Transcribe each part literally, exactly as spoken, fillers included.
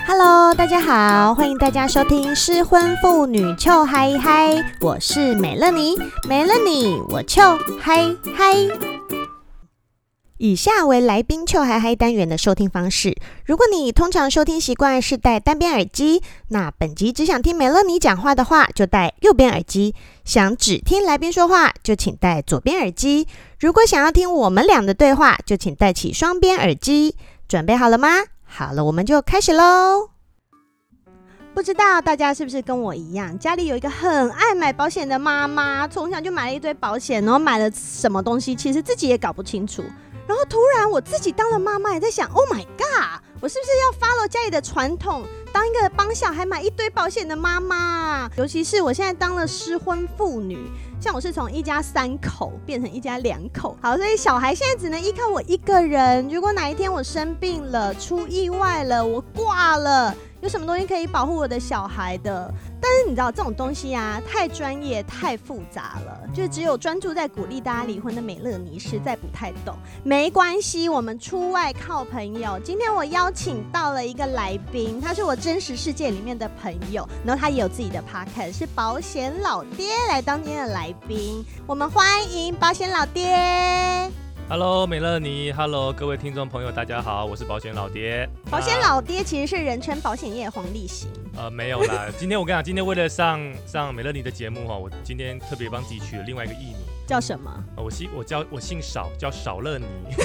Hello， 大家好，欢迎大家收听失婚妇女糗嗨嗨，我是美乐妮，没了你我糗嗨嗨。以下为来宾糗嗨嗨单元的收听方式，如果你通常收听习惯是戴单边耳机，那本集只想听美乐妮讲话的话，就戴右边耳机；想只听来宾说话，就请戴左边耳机。如果想要听我们俩的对话，就请戴起双边耳机。准备好了吗？好了，我们就开始咯。不知道大家是不是跟我一样，家里有一个很爱买保险的妈妈，从小就买了一堆保险，然后买了什么东西其实自己也搞不清楚。然后突然我自己当了妈妈，也在想 Oh my god， 我是不是要 follow 家里的传统，当一个帮小孩买一堆保险的妈妈？尤其是我现在当了失婚妇女，像我是从一家三口变成一家两口，好，所以小孩现在只能依靠我一个人。如果哪一天我生病了，出意外了，我挂了，有什么东西可以保护我的小孩的？但是你知道这种东西啊，太专业太复杂了，就只有专注在鼓励大家离婚的美乐妮实在不太懂。没关系，我们出外靠朋友。今天我邀请到了一个来宾，他是我真实世界里面的朋友，然后他也有自己的 podcast， 是保险老爹来当今天的来宾。我们欢迎保险老爹。 Hello， 美乐妮 ，Hello， 各位听众朋友，大家好，我是保险老爹。 保险老爹其实是人称保险业黄立行。 呃，没有啦，今天我跟你讲，今天为了上上美乐妮的节目哈，我今天特别帮自己取了另外一个艺名， 叫什么？ 呃、我姓我叫我姓少，叫少乐妮。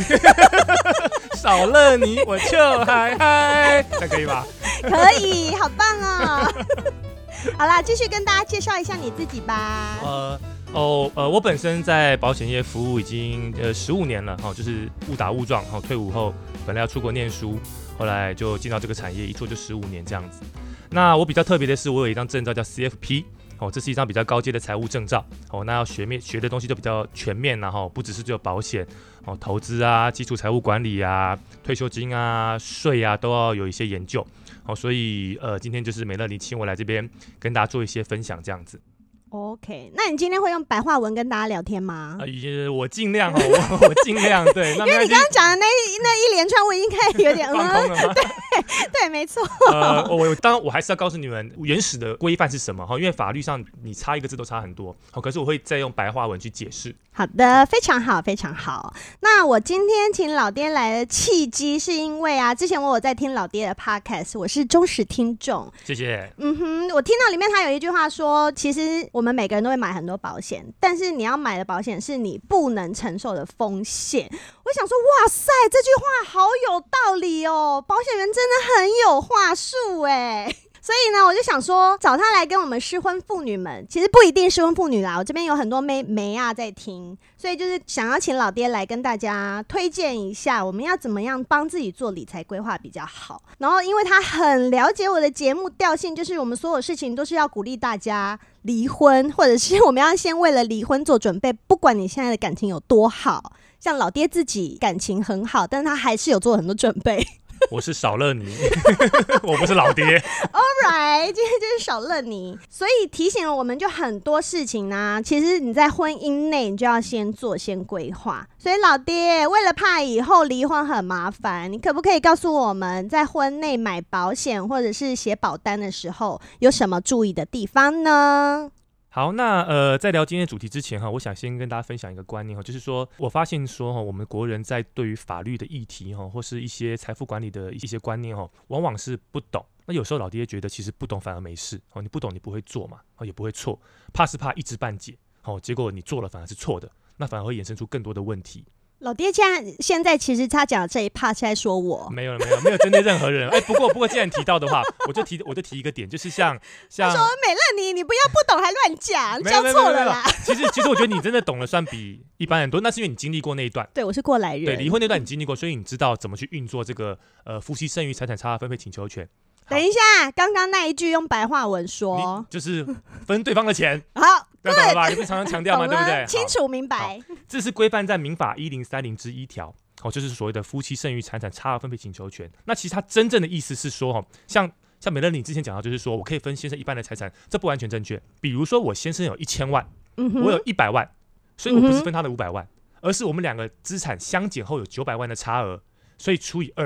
少乐妮，我糗嗨嗨，这可以吧？ 可以，好棒哦！好啦，继续跟大家介绍一下你自己吧。 呃。哦，呃，我本身在保险业服务已经呃十五年了，哈、哦，就是误打误撞，哈、哦，退伍后本来要出国念书，后来就进到这个产业，一做就十五年这样子。那我比较特别的是，我有一张证照叫 C F P， 哦，这是一张比较高阶的财务证照，哦，那要学面学的东西都比较全面然后不只是只有保险，哦，投资啊、基础财务管理啊、退休金啊、税啊，都要有一些研究，哦，所以呃，今天就是美乐妮请我来这边跟大家做一些分享这样子。 OK， 那你今天会用白话文跟大家聊天吗？ 呃、我尽量哦，我我尽量对。那因为你刚刚讲的那一那一连串，我已经开始有点放空了吗？ 对对，没错。 呃，我当然我还是要告诉你们原始的规范是什么哈，因为法律上你差一个字都差很多，好，可是我会再用白话文去解释。 好的，非常好，非常好。那我今天请老爹来的契机，是因为啊，之前我有在听老爹的 podcast， 我是忠实听众。 谢谢。 嗯哼，我听到里面他有一句话说，其实我们每个人都会买很多保险，但是你要买的保险是你不能承受的风险。我想说，哇塞，这句话好有道理哦，保险人真的很有话术哎。所以呢，我就想说找他来跟我们失婚妇女们，其实不一定失婚妇女啦，我这边有很多妹妹啊在听，所以就是想要请老爹来跟大家推荐一下，我们要怎么样帮自己做理财规划比较好。然后因为他很了解我的节目调性，就是我们所有事情都是要鼓励大家离婚，或者是我们要先为了离婚做准备，不管你现在的感情有多好，像老爹自己感情很好，但是他还是有做很多准备。 我是少乐妮，我不是老爹。 All right， 今天就是少乐妮，所以提醒了我们就很多事情呢、啊。其实你在婚姻内，你就要先做先规划。所以老爹，为了怕以后离婚很麻烦，你可不可以告诉我们，在婚内买保险或者是写保单的时候，有什么注意的地方呢？ 好，那呃，在聊今天的主题之前哈，我想先跟大家分享一个观念哈，就是说我发现说哈，我们国人在对于法律的议题哈，或是一些财富管理的一些观念哈，往往是不懂。那有时候老爹觉得其实不懂反而没事哦，你不懂你不会做嘛，哦也不会错，怕是怕一知半解，哦结果你做了反而是错的，那反而会衍生出更多的问题。 老爹现在现在其实他讲的这一 part 是在说我， 没有没有没有针对任何人。哎，不过不过既然提到的话，我就提我就提一个点，就是像像他说美乐妮，你不要不懂还乱讲，教错了啦。 其实其实我觉得你真的懂了，算比一般人多，那是因为你经历过那一段。 对，我是过来人。 对，离婚那段你经历过，所以你知道怎么去运作这个呃夫妻剩余财产差额分配请求权。 等一下，刚刚那一句用白话文说， 就是分对方的钱。 好， 这样懂了吧？你不是常常强调吗？对不对？ 清楚明白。 这是规范在民法一零三零之一条，哦，就是所谓的夫妻剩余财产差额分配请求权。那其实它真正的意思是说，哦，像像美乐妮之前讲到，就是说我可以分先生一半的财产，这不完全正确。比如说我先生有一千万，嗯、我有一百万，所以我不是分他的五百万，嗯、而是我们两个资产相减后有九百万的差额，所以除以二。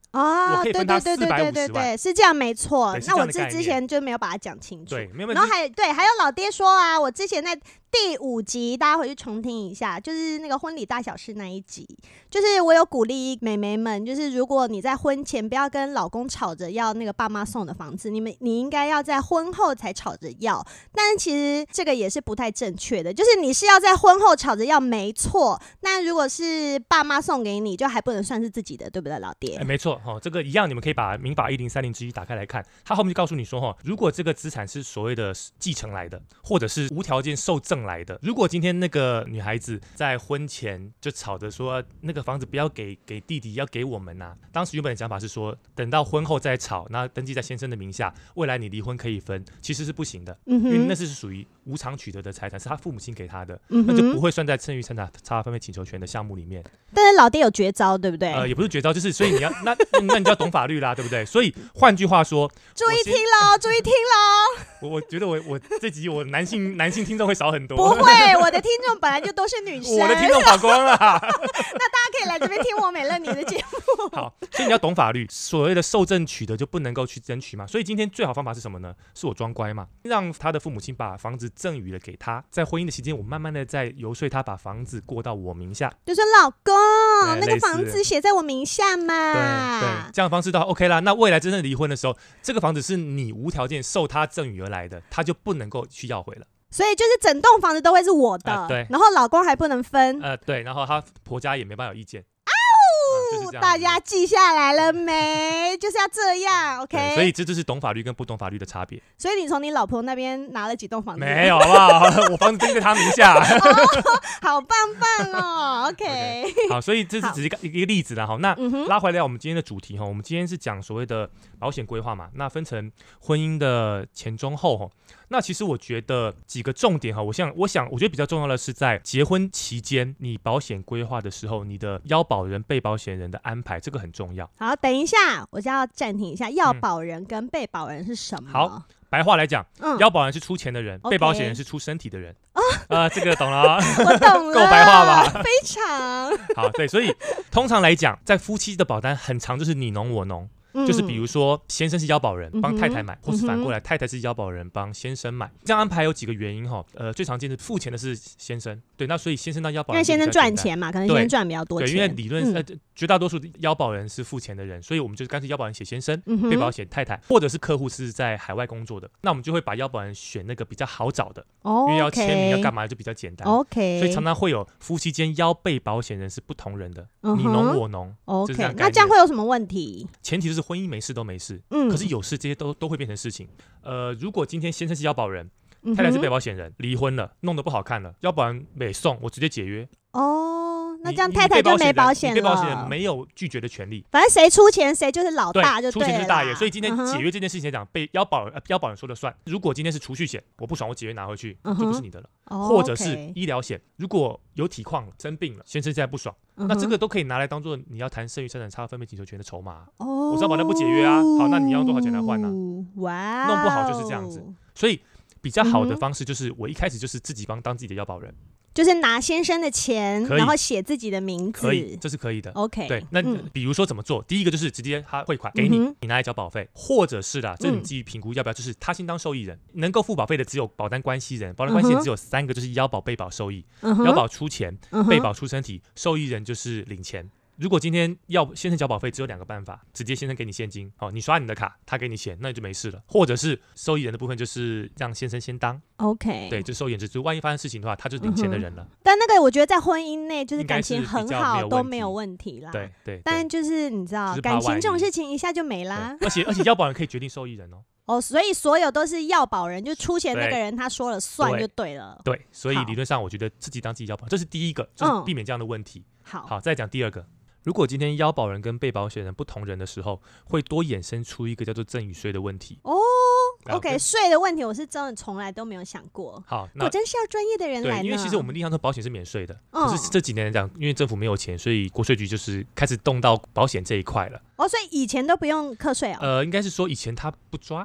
哦， 我可以分他对对对对对对，是这样没错。那我之之前就没有把它讲清楚。 对，没有。 然后还对，还有老爹说啊，我之前在第五集，大家回去重听一下，就是那个婚礼大小事那一集，就是我有鼓励妹妹们，就是如果你在婚前不要跟老公吵着要那个爸妈送的房子，你们你应该要在婚后才吵着要。但是其实这个也是不太正确的，就是你是要在婚后吵着要没错，那如果是爸妈送给你，就还不能算是自己的，对不对，老爹？ 欸、没错、哦，这个一样，你们可以把民法一零三零之一打开来看，它后面就告诉你说，如果这个资产是所谓的继承来的，或者是无条件受赠来的，如果今天那个女孩子在婚前就吵着说那个房子不要给给弟弟，要给我们啊，当时原本的讲法是说，等到婚后再吵，那登记在先生的名下，未来你离婚可以分，其实是不行的，嗯、因为那是属于无偿取得的财产，是他父母亲给他的，嗯、那就不会算在剩余财产差额分配请求权的项目里面。 但是老爹有绝招，对不对？ 呃，也不是绝招，就是所以你要那那你就要懂法律啦，对不对？所以换句话说， 注意听喽，注意听喽。 我我觉得我我这集我男性男性听众会少很多。 不会，我的听众本来就都是女生。 我的听众跑光了。那大家可以来这边听我美乐妮的节目。 好，所以你要懂法律，所谓的受赠取得就不能够去争取嘛。所以今天最好方法是什么呢？是我装乖嘛，让他的父母亲把房子赠予了给他，在婚姻的期间，我慢慢的在游说他把房子过到我名下。 就说老公，那个房子写在我名下嘛。 对对，这样的方式都 OK 啦。那未来真正离婚的时候，这个房子是你无条件受他赠予而来的，他就不能够去要回了。 所以就是整栋房子都会是我的，呃、对，然后老公还不能分， 呃，对，然后他婆家也没办法有意见。 哦，就是、大家记下来了没？就是要这样 ，OK。 所以这就是懂法律跟不懂法律的差别。 所以你从你老婆那边拿了几栋房子？ 没有，好不好？我房子登在他名下。 哦，好棒棒哦 ，OK, okay。 好，所以这是只是一个一个例子啦。好，那、嗯、拉回来我们今天的主题哈，我们今天是讲所谓的保险规划嘛，那分成婚姻的前中后哈。那其实我觉得几个重点哈，我想我想我觉得比较重要的是在结婚期间，你保险规划的时候，你的要保人、被保险人的安排，这个很重要。 好，等一下，我就要暂停一下，要保人跟被保人是什么？ 嗯、好，白话来讲，嗯、要保人是出钱的人， okay. 被保险人是出身体的人。啊、呃，这个懂了、哦， 我懂了， 够白话吧？ 非常好，对，所以通常来讲，在夫妻的保单很常就是你侬我侬。就是比如说先生是要保人帮太太买、嗯、或是反过来、嗯、太太是要保人帮先生买，这样安排有几个原因哈，呃，最常见的付钱的是先生，对，那所以先生当要保人， 因为先生赚钱嘛，可能先生赚比较多钱， 对，因为理论、嗯、呃绝大多数要保人是付钱的人，所以我们就干脆要保人写先生，嗯、被保写太太，或者是客户是在海外工作的，那我们就会把要保人选那个比较好找的，哦、因为要签名要干嘛就比较简单 ，OK， 所以常常会有夫妻间要被保险人是不同人的，嗯、你侬我侬 ，OK， 这那这样会有什么问题？ 前提就是婚姻没事都没事。嗯，可是有事这些都都会变成事情。呃，如果今天先生是要保人，太太是被保险人，离婚了，弄得不好看了，要保人没送，我直接解约。 哦，那这样太太就没保险了。 被保险人没有拒绝的权利， 反正谁出钱谁就是老大就对了， 出钱就是大爷。所以今天解约这件事情来讲，被要保人、呃、要保人说了算。如果今天是储蓄险，我不爽，我解约拿回去、嗯、就不是你的了。哦、或者是医疗险，如果有体况了、生病了，先生现在不爽。嗯、那这个都可以拿来当做你要谈剩余财产差额分配请求权的筹码、啊。哦，我知道保单不解约啊，好，那你要用多少钱来换呢、啊？哇，弄不好就是这样子。所以比较好的方式就是我一开始就是自己帮当自己的要保人。 就是拿先生的钱，然后写自己的名字， 可以，这是可以的。 OK， 对，那、嗯、比如说怎么做？第一个就是直接他汇款给你，嗯、你拿来缴保费，或者是啦，这你基于评估要不要，就是他先当受益人，嗯、能够付保费的只有保单关系人，保单关系人只有三个，就是要保、被保、受益。嗯、要保出钱，嗯、被保出身体，受益人就是领钱。如果今天要先生缴保费，只有两个办法：直接先生给你现金，好，你刷你的卡，他给你钱，那就没事了；或者是受益人的部分，就是让先生先当 ，OK， 对，就受益人，就是万一发生事情的话，他就是领钱的人了。嗯、 但那个我觉得在婚姻内就是感情很好都没有问题啦， 对 对, 对。 但就是你知道，感情这种事情一下就没啦。 而且而且要保人可以决定受益人哦。 哦，所以所有都是要保人，就出钱那个人他说了算就对了。 对，对所以理论上我觉得自己当自己要保，这是第一个，就是避免这样的问题。嗯、好，好，再讲第二个。如果今天要保人跟被保险人不同人的时候，会多衍生出一个叫做赠与税的问题。 哦 ，OK， 税的问题我是真的从来都没有想过。 好， 果真是要专业的人来呢。 对，因为其实我们立项说保险是免税的，嗯、可是这几年来讲，因为政府没有钱，所以国税局就是开始动到保险这一块了。 哦，所以以前都不用课税哦。 呃，应该是说以前他不抓。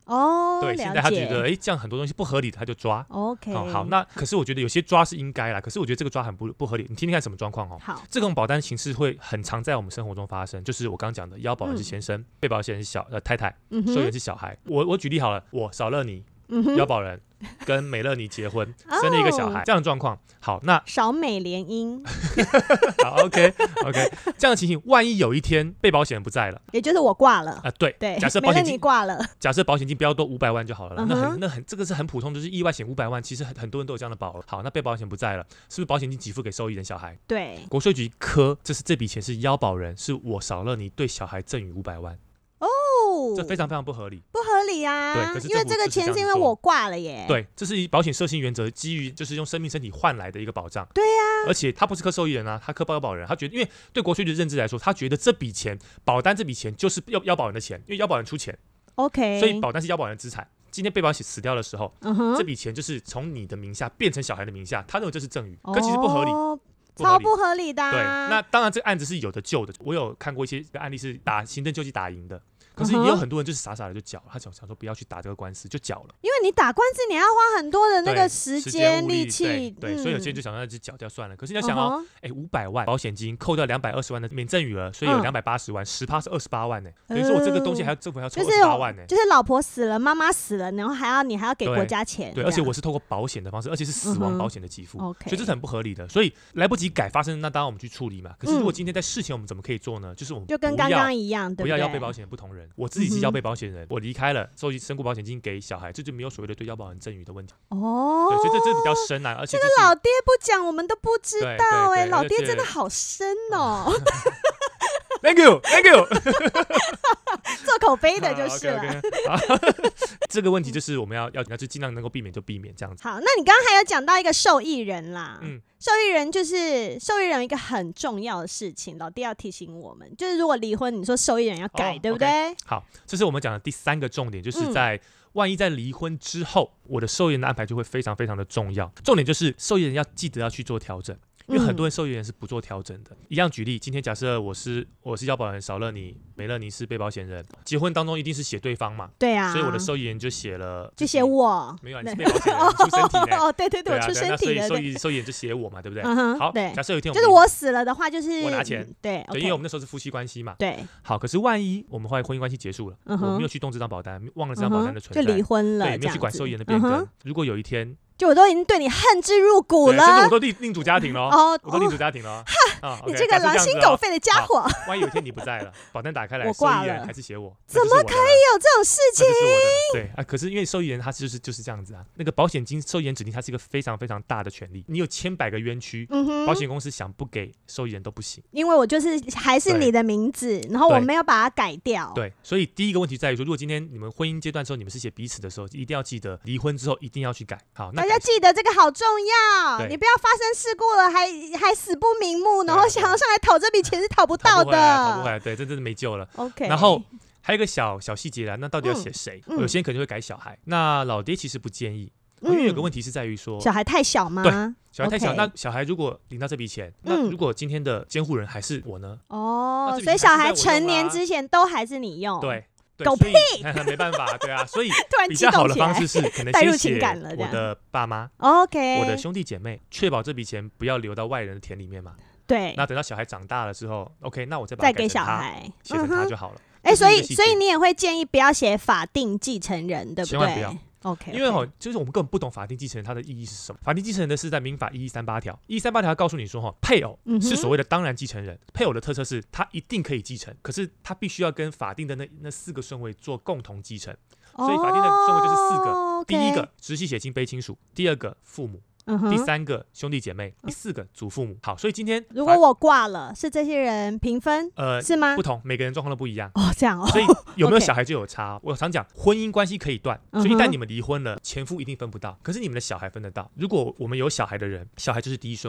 哦， 对，现在他觉得哎这样很多东西不合理，他就抓。 OK， 好，好，那可是我觉得有些抓是应该啦，可是我觉得这个抓很不不合理。你听听看什么状况哦？ 好， 这种保单形式会很常在我们生活中发生，就是我刚刚讲的，要保人是先生，嗯、被保险人是小呃太太，嗯、受益人是小孩。我我举例好了，我少乐你。嗯、要保人跟美乐妮结婚，生了一个小孩，这样的状况，好，那少美联姻， 好 ，OK OK， 这样的情形，万一有一天被保险人不在了， 也就是我挂了啊、 呃，对对， 假设保险金挂了， 假设保险金不要多五百万就好了啦， uh-huh. 那很那很这个是很普通，就是意外险五百万，其实很很多人都有这样的保额。好，那被保险不在了，是不是保险金给付给受益人小孩？ 对， 国税局科，这是这笔钱是要保人，是我少了你对小孩赠与五百万。 哦， 这非常非常不合理， 不合理啊！ 对，可是因为这个钱是因为我挂了耶。 对，这是以保险设性原则，基于就是用生命身体换来的一个保障。 对呀、啊， 而且他不是科受益人啊，他科要保人，他觉得因为对国税局的认知来说，他觉得这笔钱保单这笔钱就是要要保人的钱，因为要保人出钱 ，OK， 所以保单是要保人的资产。今天被保险死掉的时候， 嗯、 这笔钱就是从你的名下变成小孩的名下，他认为这是赠与，可其实不合理。 哦超不合理的、啊。 对，那当然这个案子是有的救的，我有看过一些案例是打行政救济打赢的。可是也有很多人就是傻傻的就缴了，他想想说不要去打这个官司就缴了， 因为你打官司你要花很多的那个时间力气， 对，对嗯、所以有些人就想那就缴掉算了。可是你要想哦，哎、uh-huh. 五百万保险金扣掉两百二十万的免赠与额，所以有两百八十万，十趴是二十八万呢、欸，等于说我这个东西还要政府还要抽二十八万呢、欸就是，就是老婆死了，妈妈死了，然后还要你还要给国家钱， 对，对而且我是透过保险的方式，而且是死亡保险的给付， uh-huh. 所以这是很不合理的。所以来不及改发生，那当然我们去处理嘛。可是如果今天在事前我们怎么可以做呢？就是我们就跟刚刚一样，对不对？ 不要要被保险的不同人，我自己是要被保险人，嗯、我离开了，收身故保险金给小孩，这就没有所谓的对要保人赠与的问题。 哦， 对，所以这这比较深啊，而且、 这个老爹不讲，我们都不知道哎、欸，老爹真的好深哦。 Thank you, Thank you 。 做口碑的就是了。 啊、okay, okay 这个问题就是我们要要要就尽量能够避免就避免这样子。 好，那你刚刚还有讲到一个受益人啦， 嗯， 受益人就是受益人一个很重要的事情，老爹要提醒我们，就是如果离婚，你说受益人要改，哦、对不对？ Okay. 好，这是我们讲的第三个重点，就是在、嗯。万一在离婚之后，我的受益人的安排就会非常非常的重要。重点就是受益人要记得要去做调整，因为很多人受益人是不做调整的。嗯、一样举例，今天假设我是我是要保人，少了你，美乐你是被保险人，结婚当中一定是写对方嘛？ 对啊， 所以我的受益人就写了， 就写我， 没有，你是被保险人出身体呢。 哦，对对对， 对啊、 我出身体的， 所以受益受益人就写我嘛，对不对？ 嗯、 好， 对， 假设有一天就是我死了的话，就是我拿钱， 嗯、对， 对，因为我们那时候是夫妻关系嘛。 对， 好，可是万一我们后来婚姻关系结束了，嗯、我没有去动这张保单，忘了这张保单的存在， 嗯、就离婚了。 对，没有去管受益人的变更。嗯、如果有一天， 就我都已经对你恨之入骨了， 甚至我都另另组家庭了，哦，我都另组家庭了。 哈、哦，你这个狼心狗肺的家伙！ 万一有一天你不在了，保单打开来， 我挂了， 受益人还是写我， 怎么可以有这种事情？ 对啊，可是因为受益人他就是就是这样子啊，那个保险金受益人指定它是一个非常非常大的权利，你有千百个冤屈，嗯、保险公司想不给受益人都不行， 因为我就是还是你的名字，然后我没有把它改掉。 对，所以第一个问题在于说，如果今天你们婚姻阶段的时候，你们是写彼此的时候，一定要记得离婚之后一定要去改。好，那大家记得这个好重要，你不要发生事故了还还死不瞑目，然后想要上来讨这笔钱是讨不到的， 讨不回来，对，这真的没救了。 OK， 然后还有一个小小细节啦，那到底要写谁？ 嗯、 有些人可能会改小孩，那老爹其实不建议，嗯、因为有个问题是在于说小孩太小吗？ 对，小孩太小。 Okay. 那小孩如果领到这笔钱，那如果今天的监护人还是我呢？ 哦，所以小孩成年之前都还是你用。 对。 狗屁， 没办法，对啊，所以突然比较好的方式是可能先写我的爸妈 ，OK， 我的兄弟姐妹，确保这笔钱不要流到外人的田里面嘛。 对， 那等到小孩长大了之后 ，OK， 那我再把再给小孩写成他就好了。 哎、嗯，所以所以你也会建议不要写法定继承人，对不对？ 千万不要。 OK， 因为哈，就是我们根本不懂法定继承人它的意义是什么。法定继承人的是在民法一一三八条，一一三八条告诉你说哈，配偶是所谓的当然继承人。嗯、配偶的特色是他一定可以继承，可是他必须要跟法定的那那四个顺位做共同继承。哦、所以法定的顺位就是四个： okay、 第一个直系血亲卑亲属，第二个父母。 嗯、 第三个兄弟姐妹，第四个祖父母。好，所以今天如果我挂了，是这些人平分，呃，是吗？ 不同，每个人状况都不一样。 哦，这样哦。 所以有没有小孩就有差。okay、我常讲，婚姻关系可以断，所以一旦你们离婚了，前夫一定分不到，可是你们的小孩分得到。如果我们有小孩的人，小孩就是第一顺位。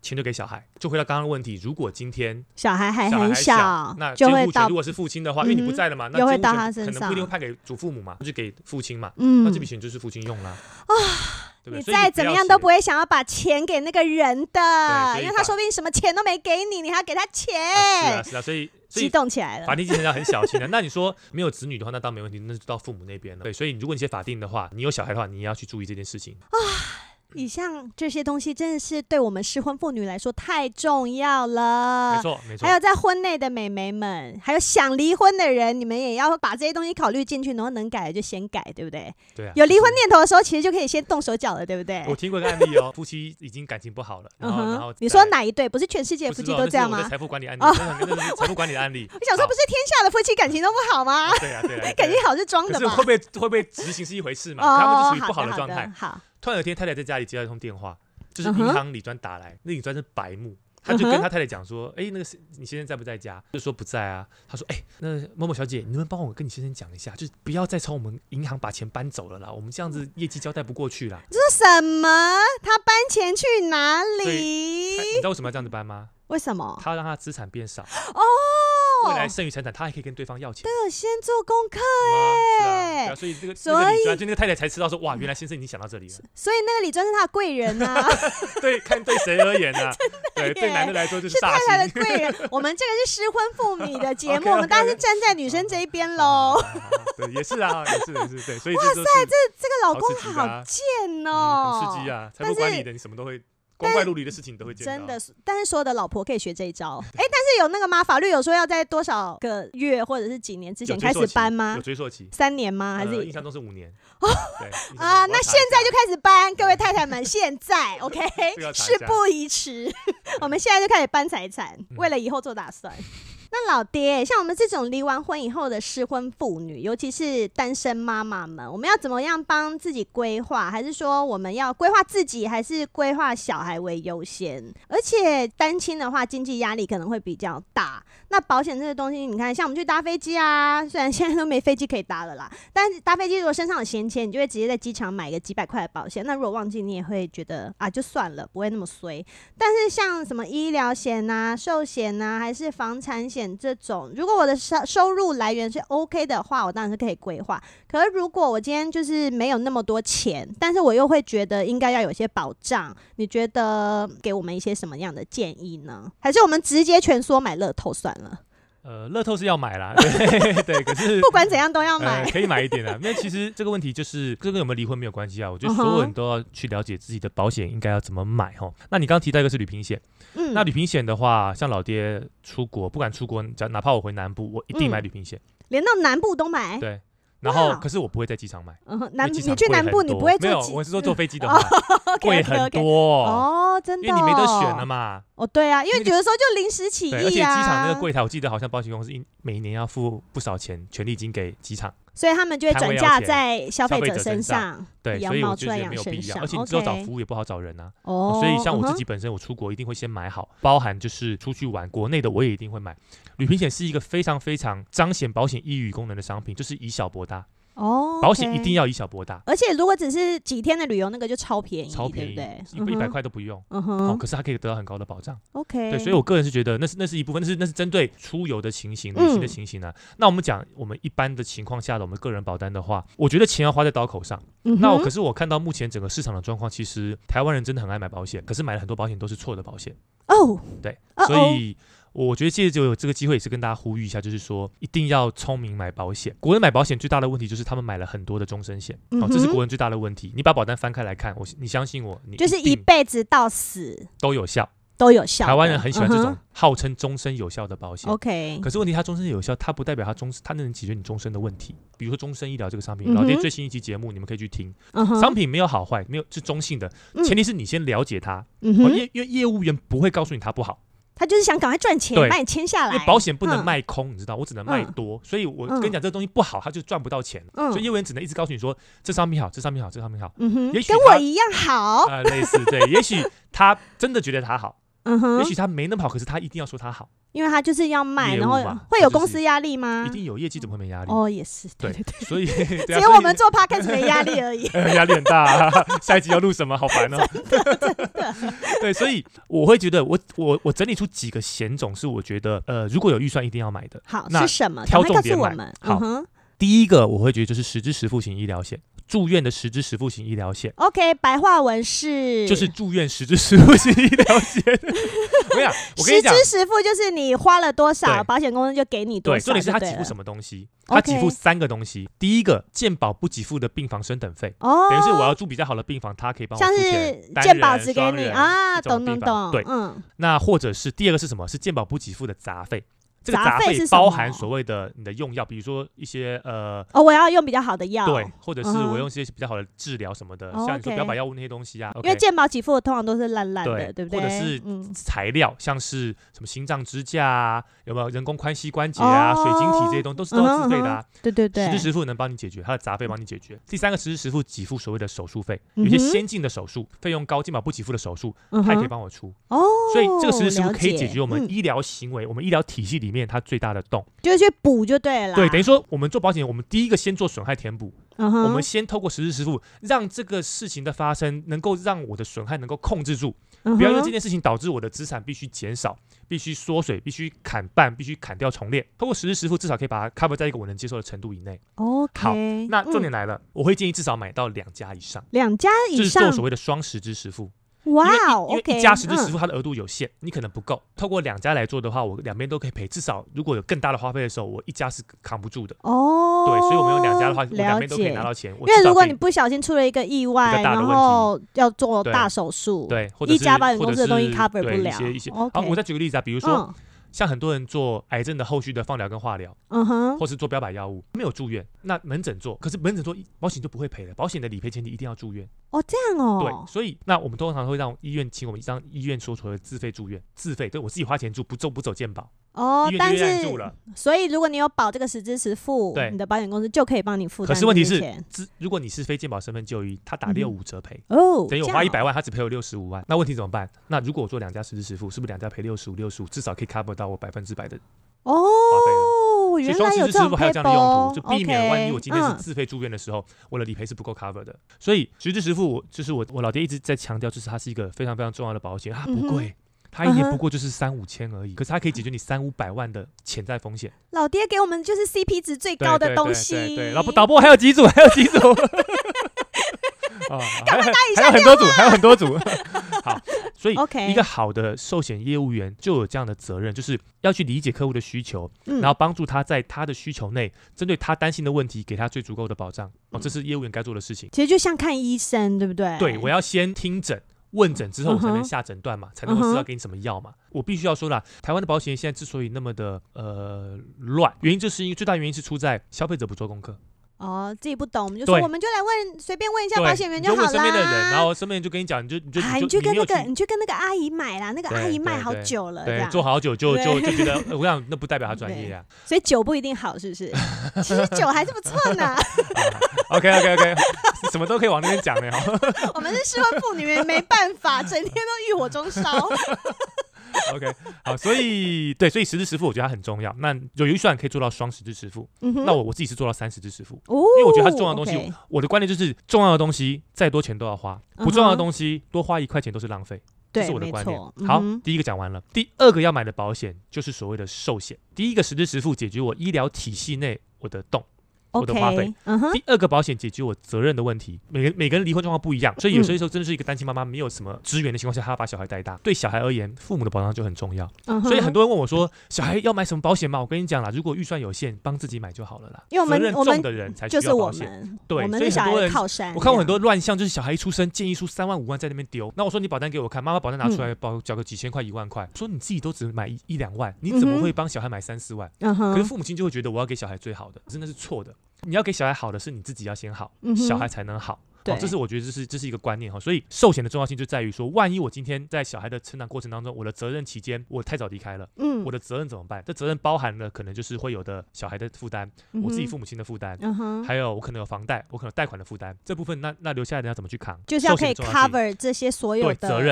钱就给小孩。就回到刚刚的问题，如果今天小孩还很小， 小， 那就会到监护权如果是父亲的话，因为你不在了嘛， 嗯、 那就会监护权到他身上， 可能不一定会判给祖父母嘛，就给父亲嘛， 嗯， 那这笔钱就是父亲用啦。啊，对不对？ 你再怎么样都不会想要把钱给那个人的，因为他说不定什么钱都没给你，你还要给他钱。 啊是啊，是啊，所以。 激动起来了， 法定继承要很小心的。那你说没有子女的话，那当然没问题，那就到父母那边了。对，所以如果你写法定的话，你有小孩的话，你也要去注意这件事情啊。以上这些东西真的是对我们适婚妇女来说太重要了， 没错没错。 还有在婚内的美眉们，还有想离婚的人，你们也要把这些东西考虑进去，然后能改的就先改，对不对？ 对啊。 有离婚念头的时候，其实就可以先动手脚了，对不对？ 我听过一个案例哦，夫妻已经感情不好了，然后、嗯、然后你说哪一对？不是全世界的夫妻都这样吗？ 那是我的财富管理案例，那是财富管理的案例。 我想说，不是天下的夫妻感情都不好吗？ 啊对啊对啊， 感情好是装的嘛。 可是会不会会不会执行是一回事嘛？哦、他们就属于不好的状态。 好。 突然有一天，太太在家里接到一通电话，就是银行理专打来，嗯、那理专是白目，他就跟他太太讲说：“哎、嗯，那个你先生在不在家？”就说不在啊。他说：“哎、欸，那某某小姐，你能不能帮我跟你先生讲一下，就是不要再从我们银行把钱搬走了啦，我们这样子业绩交代不过去啦。” 这是什么？他搬钱去哪里？ 你知道为什么要这样子搬吗？ 为什么？ 他要让他资产变少。 哦。 未来剩余财产，他还可以跟对方要钱。 都有先做功课哎、啊啊，所以这个那个理专就那个太太才知道说，哇，原来先生已经想到这里了。 所以那个理专是他的贵人啊。 对，看对谁而言啊？对，对男的来说就是煞星。 是太太的贵人。我们这个是失婚妇女的节目， okay, okay, okay. 我们当然是站在女生这一边喽。 对，也是啊，也是也是对，所以哇塞，这这个老公好贱哦， 嗯、很刺激啊！财富管理的你什么都会。光怪陆离的事情都会见到， 真的，但是所有的老婆可以学这一招。哎，但是有那个吗？法律有说要在多少个月或者是几年之前开始搬吗？ 有追溯期， 三年吗？还是、 呃、印象中是五年？ 哦， 对啊，那现在就开始搬，各位太太们，现在 OK， 事不宜迟，我们现在就开始搬财产，嗯、为了以后做打算。那老爹，像我们这种离完婚以后的失婚妇女，尤其是单身妈妈们，我们要怎么样帮自己规划？还是说我们要规划自己，还是规划小孩为优先？而且单亲的话，经济压力可能会比较大。那保险这个东西，你看，像我们去搭飞机啊，虽然现在都没飞机可以搭了啦，但是搭飞机如果身上有闲钱，你就会直接在机场买个几百块的保险。那如果忘记，你也会觉得啊，就算了，不会那么衰。但是像什么医疗险啊、寿险啊，还是房产险这种，如果我的收入来源是 OK 的话，我当然是可以规划。可是如果我今天就是没有那么多钱，但是我又会觉得应该要有一些保障，你觉得给我们一些什么样的建议呢？还是我们直接全缩买乐透算了？ 呃，乐透是要买啦，对对，可是不管怎样都要买， 呃、可以买一点啦。那其实这个问题就是这跟有没有离婚没有关系啊。我觉得所有人都要去了解自己的保险应该要怎么买哈。那你刚刚提到一个是旅平险，嗯，那旅平险的话，像老爹出国，不管出国，哪怕我回南部，我一定买旅平险、嗯， 连到南部都买。 对。然后，可是我不会在机场买。 嗯、南你去南部，你不会坐没有？我是说坐飞机的话，贵、嗯、很多哦，真的、哦， 因为你没得选了嘛。 哦，对啊，因为有的时候就临时起意啊。 而且机场那个柜台，我记得好像保险公司每年要付不少钱，权利金给机场， 所以他们就会转嫁在消费者身上。 对，所以我就觉得没有必要。而且你之后找服务也不好找人啊。哦。所以像我自己本身，我出国一定会先买好，包含就是出去玩，国内的我也一定会买。旅平险是一个非常非常彰显保险意义功能的商品，就是以小博大。 哦、oh, okay. 保险一定要以小博大， 而且如果只是几天的旅游，那个就超便宜， 超便宜， 对不对？一百块都不用，嗯哼、哦，可是它可以得到很高的保障。 OK， 对，所以我个人是觉得那是那是一部分，那是那是针对出游的情形、旅行的情形啊。嗯、那我们讲我们一般的情况下的我们个人保单的话，我觉得钱要花在刀口上。嗯、那我可是我看到目前整个市场的状况，其实台湾人真的很爱买保险，可是买了很多保险都是错的保险。 哦、oh, ， 对， uh-oh. 所以。我觉得借着有这个机会，也是跟大家呼吁一下，就是说一定要聪明买保险。国人买保险最大的问题就是他们买了很多的终身险、嗯哦，这是国人最大的问题。你把保单翻开来看，我你相信我，你就是一辈子到死都有效， 都有效。 台湾人很喜欢这种号称终身有效的保险。 OK， 可是问题它终身有效，它不代表它终它能解决你终身的问题。比如说终身医疗这个商品，嗯、老爹最新一期节目你们可以去听。嗯、商品没有好坏，没有是中性的，嗯、前提是你先了解它。嗯、哦，因为因为业务员不会告诉你它不好。 他就是想赶快赚钱，把你签下来。 因为保险不能卖空，嗯、你知道，我只能卖多，嗯、所以我跟你讲，这个东西不好，他就赚不到钱。嗯、所以业务员只能一直告诉你说，这商品好，这商品好，这商品好。嗯哼，也许跟我一样好。 呃，类似对，也许他真的觉得他好， 嗯哼， 也许他没那么好，可是他一定要说他好， 因为他就是要卖，然后会有公司压力吗？ 一定有，业绩怎么会没压力？ 哦，也是，对对对对， 所以只有我们做 podcast 没压力而已， 压力很大、啊。下一集要录什么？好烦哦。 真的真的。 对，所以我会觉得我，我我我整理出几个险种是我觉得，呃，如果有预算一定要买的。 好，是什么？ 挑重点买。 好、嗯，第一个我会觉得就是实支实付型医疗险。住院的实支实付型医疗险 ，OK， 白话文是就是住院实支实付型医疗险。我跟你讲，我跟你讲， 实支实付就是你花了多少，保险公司就给你多少。 对，重点是它给付什么东西？它给付三个东西。第一个，健保不给付的病房升等费，哦，等于是我要住比较好的病房，它可以帮我出钱， 像是健保只给你啊，懂懂懂， 对， 嗯。 那或者是第二个是什么？是健保不给付的杂费。这个杂费包含所谓的你的用药，比如说一些呃， 哦，我要用比较好的药， 对，或者是我用一些比较好的治疗什么的，嗯、像你说不要把药物那些东西啊， 因为健保给付的通常都是烂烂的， 对, 对不对？ 或者是材料，嗯、像是什么心脏支架啊，有没有人工髋膝关节啊、哦、水晶体这些东西都是都要自费的啊。嗯嗯、 对对对， 实支实付能帮你解决，它的杂费帮你解决。第三个实支实付给付所谓的手术费，有些先进的手术费用高，健保不给付的手术，嗯、它也可以帮我出。哦，所以这个实支实付可以解决我们医疗行为、嗯、我们医疗体系里面它最大的。 就是去补就对了。 对，等于说我们做保险，我们第一个先做损害填补，嗯、我们先透过实支实付，让这个事情的发生能够让我的损害能够控制住，嗯、不要因为这件事情导致我的资产必须减少、必须缩水、必须砍半、必须砍掉重练。透过实支实付，至少可以把它 cover 在一个我能接受的程度以内。 OK， 好，那重点来了，嗯、我会建议至少买到两家以上， 两家以上， 就是做所谓的双实支实付。 哇、 wow, 因为一家实支实付它的额度有限，嗯、你可能不够。透过两家来做的话，我两边都可以赔。至少如果有更大的花费的时候，我一家是扛不住的。哦，对，所以我们用两家的话，我两边都可以拿到钱。 因为如果你不小心出了一个意外，然后要做大手术， 对，或者是一家保险公司的东西 cover 不了。 一些一些。 Okay. 好，我再举个例子啊，比如说。 嗯像很多人做癌症的后续的放疗跟化疗，嗯哼，或是做标靶药物，没有住院，那门诊做，可是门诊做保险就不会赔了，保险的理赔前提一定要住院。 哦，这样哦。 对，所以那我们通常会让医院请我们让医院说出的自费住院，自费，对我自己花钱住，不走不走健保。 哦，但是住了， 所以如果你有保这个实支实付，你的保险公司就可以帮你负担。 可是问题是，如果你是非健保身份就医，他打六五折赔，哦，等于我花一百万，他只赔我六十五万，那问题怎么办？那如果我做两家实支实付，是不是两家赔六十五六十五，至少可以 cover 到我百分之百的花费了？ 哦，原来有这种 table， 还有这样的用途，就避免 okay, 万一我今天是自费住院的时候，嗯、我的理赔是不够 cover 的。所以实支实付，就是我我老爹一直在强调，就是它是一个非常非常重要的保险，它不贵。嗯它一年不过就是三五千而已，嗯、可是它可以解决你三五百万的潜在风险。 老爹给我们就是 C P 值最高的东西。 对对对对，老婆导播还有几组？还有几组？哦， 赶快打一下还有很多组，还有很多组。好，所以 okay, 一个好的寿险业务员就有这样的责任，就是要去理解客户的需求，嗯、然后帮助他在他的需求内，针对他担心的问题，给他最足够的保障。哦，这是业务员该做的事情。 其实就像看医生，对不对？ 对，我要先听诊。问诊之后，我才能下诊断嘛， uh-huh, 才能够知道给你什么药嘛。Uh-huh. 我必须要说啦，台湾的保险业现在之所以那么的呃乱，原因就是因为最大原因是出在消费者不做功课。 哦，自己不懂，我们就说我们就来问，随便问一下保险员就好啦。 你就问身边的人，然后身边人就跟你讲，你就你就你就跟那个你去跟那个阿姨买啦，那个阿姨卖好久了， 对，做好久就就就觉得，我想那不代表他专业啊。 所以酒不一定好，是不是？其实酒还是不错呢。 OK OK OK， 什么都可以往那边讲的。 我们是适婚妇女，没办法，整天都欲火中烧。 OK， 好，所以对，所以实支实付我觉得它很重要。那有预算可以做到双实支实付，嗯、那我我自己是做到三实支实付，哦、因为我觉得它是重要的东西。Okay. 我的观念就是重要的东西再多钱都要花，不重要的东西多花一块钱都是浪费。这是我的观念。 嗯、 好，第一个讲完了，第二个要买的保险就是所谓的寿险。第一个实支实付解决我医疗体系内我的洞。我的花费， okay, uh-huh. 第二个保险解决我责任的问题。每个每个人离婚状况不一样，所以有些时候真的是一个单亲妈妈没有什么资源的情况下，她要把小孩带大。对小孩而言，父母的保障就很重要。Uh-huh. 所以很多人问我说，小孩要买什么保险吗？我跟你讲啦，如果预算有限，帮自己买就好了啦。 因为我们责任重的人才需要保险。 就是对， 我们所以很多人靠山。 我看过很多乱象，就是小孩一出生建议出三万五万在那边丢。那我说你保单给我看，妈妈保单拿出来保缴个几千块一万块，说你自己都只买一一两万，你怎么会帮小孩买三四万？ Uh-huh. 可是父母亲就会觉得我要给小孩最好的，真的是错的。你要给小孩好的是你自己要先好，嗯、小孩才能好。哦、这是我觉得这是这是一个观念哈。所以寿险的重要性就在于说，万一我今天在小孩的成长过程当中，我的责任期间我太早离开了，嗯，我的责任怎么办？这责任包含了可能就是会有的小孩的负担，嗯、我自己父母亲的负担，嗯、还有我可能有房贷，我可能有贷款的负担，这部分那那留下来的要怎么去扛？ 就是要可以 cover 这些所有的对责任。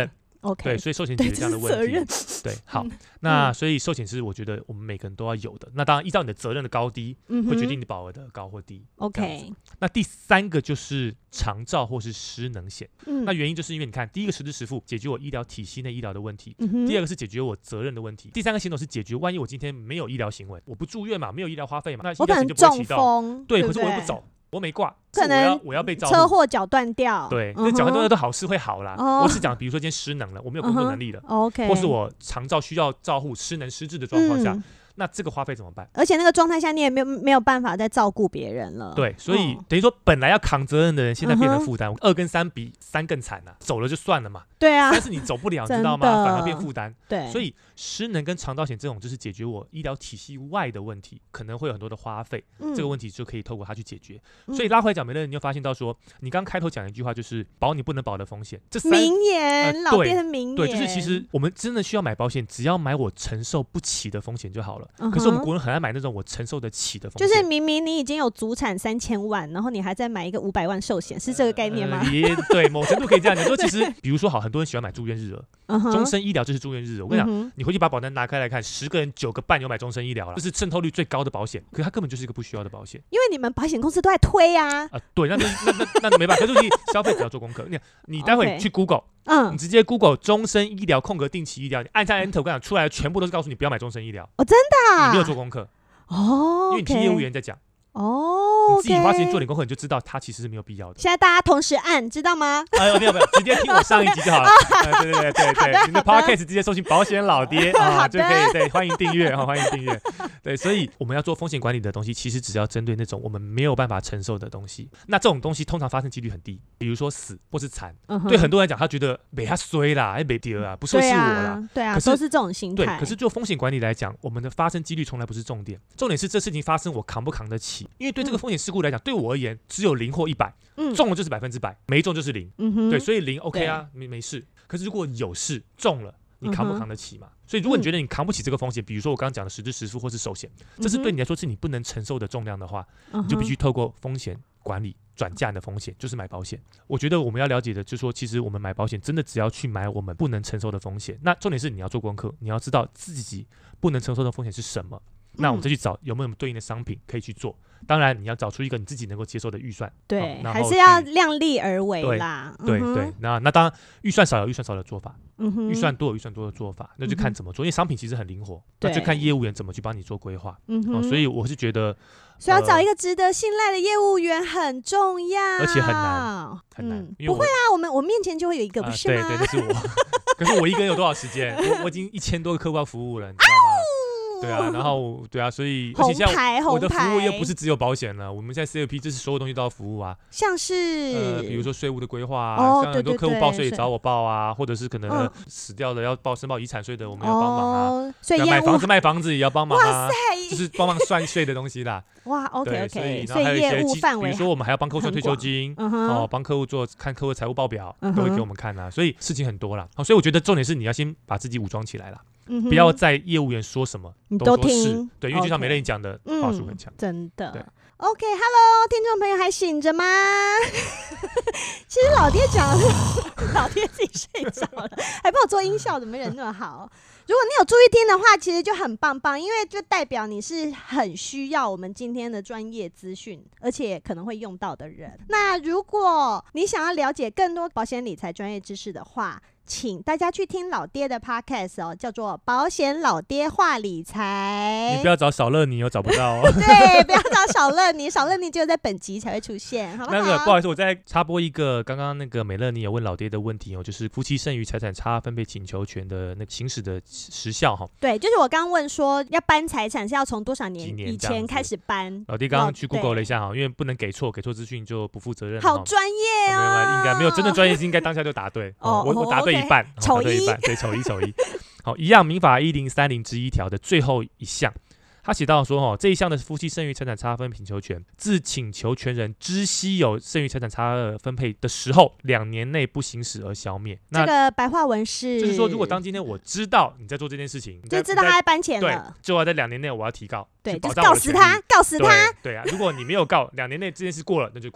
OK， 对，所以寿险解决这样的问题。对，好，嗯、那所以寿险是我觉得我们每个人都要有的。那当然依照你的责任的高低，嗯、会决定你保额的高或低。 OK， 那第三个就是长照或是失能险。嗯、那原因就是因为你看，第一个实支实付，解决我医疗体系内医疗的问题；嗯、第二个是解决我责任的问题；第三个险种是解决万一我今天没有医疗行为，我不住院嘛，没有医疗花费嘛，那医疗险就不会启动。对，可是我又不走。我没挂， 可能我要, 我要被照顾， 车祸脚断掉， 对，那脚断掉都好事会好啦。Uh-huh. 我是讲，比如说今天失能了，我没有工作能力了， uh-huh. OK， 或是我长照需要照护失能失智的状况下。嗯，那这个花费怎么办？ 而且那个状态下你也没有没有办法再照顾别人了。 对，所以、哦、等于说本来要扛责任的人，现在变成负担。Uh-huh. 二跟三比三更惨啊，走了就算了嘛。 对啊， 但是你走不了，你知道吗？反而变负担。 对， 所以失能跟长照险这种就是解决我医疗体系外的问题，可能会有很多的花费、嗯，这个问题就可以透过它去解决。嗯、所以拉回来讲，美乐你就发现到说，你刚开头讲一句话就是保你不能保的风险，这三名言、呃，老爹的名言。 对，就是其实我们真的需要买保险，只要买我承受不起的风险就好了。嗯、可是我们国人很爱买那种我承受得起的风险， 就是明明你已经有祖产三千万，然后你还在买一个五百万寿险，是这个概念吗？ 呃、也对，某程度可以这样讲。说其实，比如说好，很多人喜欢买住院日额，终身医疗就是住院日额。我跟你讲、嗯，你回去把保单拿开来看，十个人九个半有买终身医疗了，这是渗透率最高的保险。可是它根本就是一个不需要的保险， 因为你们保险公司都在推啊。 啊，对，那那那那那没办法。可是你消费者要做功课，你你待会去 Google。嗯，你直接 Google 终身医疗空格定期医疗，你按下 Enter， 我跟你讲出来的全部都是告诉你不要买终身医疗。 哦，真的、啊？ 你没有做功课哦， 因为你听业务员在讲。 哦， 你自己花时间做点功课，你就知道它其实是没有必要的。 现在大家同时按，知道吗？ 哎呦，没有没有，直接听我上一集就好了。呃、对对对对对，你的 podcast 直接搜寻保险老爹啊，就可以对，欢迎订阅啊，欢迎订阅。对，所以我们要做风险管理的东西，其实只要针对那种我们没有办法承受的东西。那这种东西通常发生几率很低，比如说死或是残。Uh-huh. 对很多人来讲，他觉得没他衰啦，哎没跌啊，不说是我啦。 对啊，可是都是这种心态。 对，可是就风险管理来讲，我们的发生几率从来不是重点，重点是这事情发生我扛不扛得起。因为对这个风险事故来讲，对我而言只有零或一百、嗯，中了就是百分之百，没中就是零、嗯。对，所以零 OK 啊，没没事。可是如果有事中了，你扛不扛得起嘛？嗯、所以如果你觉得你扛不起这个风险，比如说我刚刚讲的实支实付或是寿险，这是对你来说是你不能承受的重量的话，嗯、你就必须透过风险管理转嫁你的风险，就是买保险。我觉得我们要了解的就是说，其实我们买保险真的只要去买我们不能承受的风险。那重点是你要做功课，你要知道自己不能承受的风险是什么。那我们再去找有没有对应的商品可以去做。当然，你要找出一个你自己能够接受的预算， 对，哦、还是要量力而为啦。 对、嗯、对，那那当然，预算少有预算少的做法，嗯、预算多有预算多的做法，那就看怎么做。因为商品其实很灵活，那就看业务员怎么去帮你做规划。嗯、哦，所以我是觉得， 所以要找一个值得信赖的业务员很重要， 而且很难，很难。嗯、 不会啊，我们我面前就会有一个，不是吗？ 呃、对对，那是我。可是我一个人有多少时间？我我已经一千多个客户要服务了，你知道吗？对啊，然后对啊，所以而且现在我的服务又不是只有保险了，我们现在 C L P 这是所有东西都要服务啊， 像是呃，比如说税务的规划啊，哦、像很多客户报税也找我报啊，或者是可能、嗯、死掉的要报申报遗产税的，我们要帮忙啊，哦、所以买房子卖房子也要帮忙啊，就是帮忙算税的东西啦。 哇 ，OK OK， 所以然后还有一些业务范围， 比如说我们还要帮客户算退休金，哦，帮客户做看客户财务报表，嗯、都会给我们看啊，所以事情很多啦。好，所以我觉得重点是你要先把自己武装起来啦。嗯、不要在业务员说什么你都听， 对，因为就像美乐你讲的，话术很强、 嗯，真的。OK，Hello，、okay, 听众朋友还醒着吗？其实老爹讲的，老爹自己睡着了，还帮我做音效，怎么人那么好？如果你有注意听的话，其实就很棒棒，因为就代表你是很需要我们今天的专业资讯，而且可能会用到的人。那如果你想要了解更多保险理财专业知识的话，请大家去听老爹的 podcast 哦，叫做保险老爹话理财。 你不要找小乐妮哦，找不到哦。 对，不要找小乐妮，小乐妮只有在本集才会出现，好不好？ 那个不好意思，我再插播一个，刚刚那个美乐妮有问老爹的问题哦，就是夫妻剩余财产差分配请求权的那个行使的时效哈。 对，就是我刚刚问说要搬财产是要从多少年以前开始搬？ 老爹刚刚去 Google 了一下哈，因为不能给错，给错资讯就不负责任。 好专业哦， 哦应该没有真的专业，是应该当下就答对。哦，我我答对一半， 丑一。对，丑一丑一，好，一样，民法一零三零之一条的最后一项，他写到说，哦，这一项的夫妻剩余财产差分请求权，自请求权人知悉有剩余财产差额分配的时候，两年内不行使而消灭。 这个白话文是， 就是说，如果当今天我知道你在做这件事情， 就知道他在搬钱了， 对，就要在两年内我要提告， 对，就是告死他，告死他。 对, 对啊，如果你没有告，两年内这件事过了，那就过了。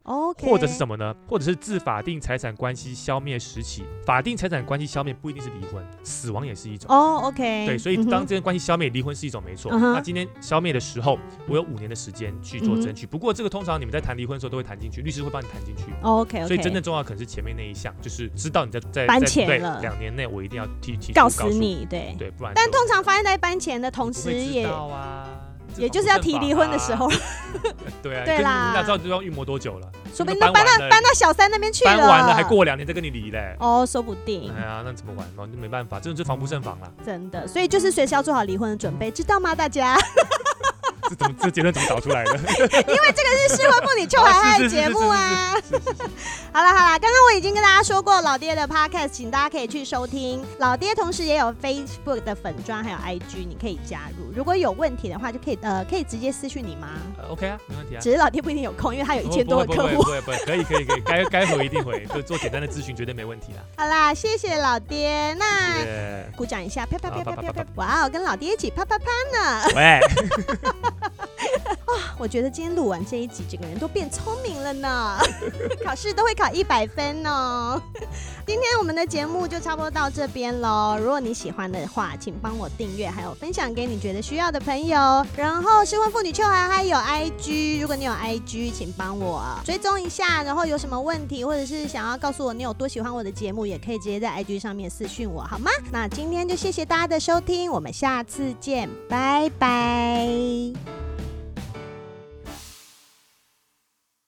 ，OK， 或者是什么呢？或者是自法定财产关系消灭时起，法定财产关系消灭不一定是离婚，死亡也是一种。 哦、oh, ，OK， 对，所以当这件关系消灭，离婚是一种没错。 嗯、 那今天消灭的时候，我有五年的时间去做争取。嗯、不过这个通常你们在谈离婚的时候都会谈进去，律师会帮你谈进去。 Oh, OK， 所以真正重要可能是前面那一项，就是知道你在在搬钱了， 两年内我一定要提提告死你，对对，不然。 但通常发生在搬钱的同时也， 啊、 也就是要提离婚的时候。 对啊， 对啦， 你哪知道要预谋多久了？ 说不定都搬到搬到小三那边去了， 搬完了还过两年再跟你离嘞。 哦，说不定。 哎呀，那怎么玩嘛？就没办法，这就是防不胜防啦。 真的，所以就是随时要做好离婚的准备，知道吗？大家。 这怎么这结论怎么导出来的？ 因为这个是适婚妇女秋海海的节目啊。好了好了，刚刚我已经跟大家说过老爹的 podcast， 请大家可以去收听。老爹同时也有 Facebook 的粉专，还有 I G， 你可以加入。如果有问题的话，就可以呃可以直接私讯你吗、 呃、？OK 啊，没问题啊。 只是老爹不一定有空，因为他有一千多个客户。 不会不会，可以可以可以，该该回一定回，就做简单的咨询绝对没问题啦。 好啦，谢谢老爹，那谢谢鼓掌一下，啪啪啪啪啪啪！哇哦，跟老爹一起啪啪啪呢。 喂。 哦，我觉得今天录完这一集，整个人都变聪明了呢。考试都会考一百分哦。今天我们的节目就差不多到这边喽。如果你喜欢的话，请帮我订阅，还有分享给你觉得需要的朋友。然后失婚妇女秋海还有 I G， 如果你有 I G， 请帮我追踪一下。然后有什么问题，或者是想要告诉我你有多喜欢我的节目，也可以直接在 I G 上面私讯我，好吗？那今天就谢谢大家的收听，我们下次见，拜拜。